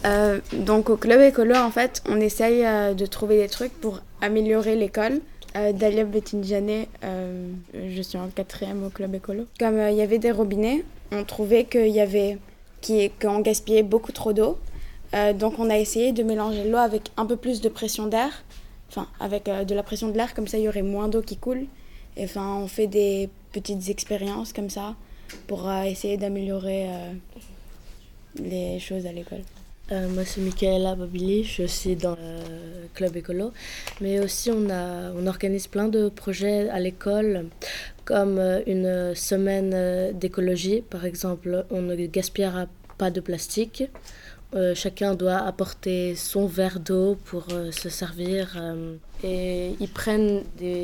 Donc au club écolo, en fait, on essaye de trouver des trucs pour améliorer l'école. Dalia Bettinjane, je suis en 4e au club écolo. Comme il y avait des robinets, on trouvait qu'on gaspillait beaucoup trop d'eau. Donc on a essayé de mélanger l'eau avec un peu plus de pression d'air. Enfin, avec de la pression de l'air, comme ça il y aurait moins d'eau qui coule. Et enfin, on fait des petites expériences comme ça pour essayer d'améliorer les choses à l'école. Moi, c'est Michaela Babili, je suis dans le club écolo. Mais aussi, on organise plein de projets à l'école, comme une semaine d'écologie. Par exemple, on ne gaspillera pas de plastique. Chacun doit apporter son verre d'eau pour se servir. Et ils prennent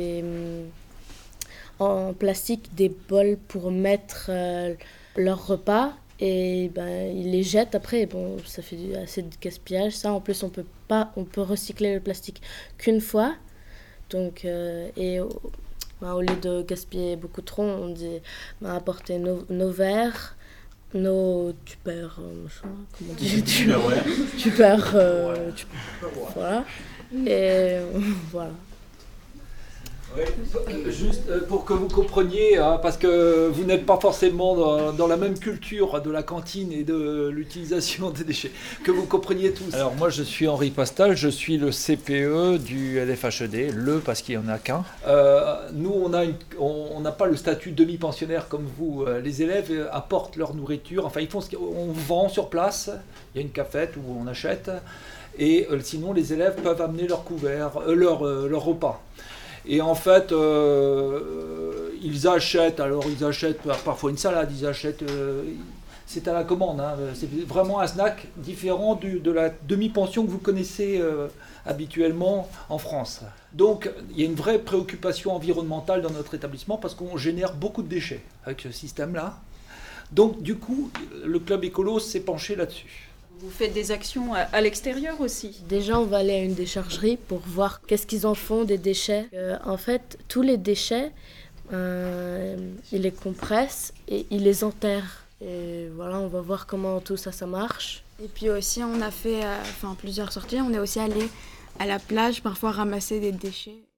en plastique des bols pour mettre leur repas. Et ils les jettent après. Bon, ça fait assez de gaspillage. Ça, en plus, on peut recycler le plastique qu'une fois. Donc, au lieu de gaspiller beaucoup trop, on dit apporter nos verres, nos tupperwares, comment on dit, voilà. Et voilà. Oui. Juste pour que vous compreniez, parce que vous n'êtes pas forcément dans la même culture de la cantine et de l'utilisation des déchets, que vous compreniez tous. Alors moi je suis Henri Pastal, je suis le CPE du LFHED, parce qu'il n'y en a qu'un. Nous on n'a pas le statut demi-pensionnaire comme vous. Les élèves apportent leur nourriture, enfin on vend sur place, il y a une cafette où on achète, et sinon les élèves peuvent amener leur couvert, leur repas. Et en fait, ils achètent parfois une salade, c'est à la commande, c'est vraiment un snack différent de la demi-pension que vous connaissez habituellement en France. Donc il y a une vraie préoccupation environnementale dans notre établissement parce qu'on génère beaucoup de déchets avec ce système-là. Donc du coup, le club écolo s'est penché là-dessus. Vous faites des actions à l'extérieur aussi? Déjà, on va aller à une déchargerie pour voir qu'est-ce qu'ils en font des déchets. En fait, tous les déchets, ils les compressent et ils les enterrent. Et voilà, on va voir comment tout ça marche. Et puis aussi, on a fait plusieurs sorties. On est aussi allé à la plage, parfois ramasser des déchets.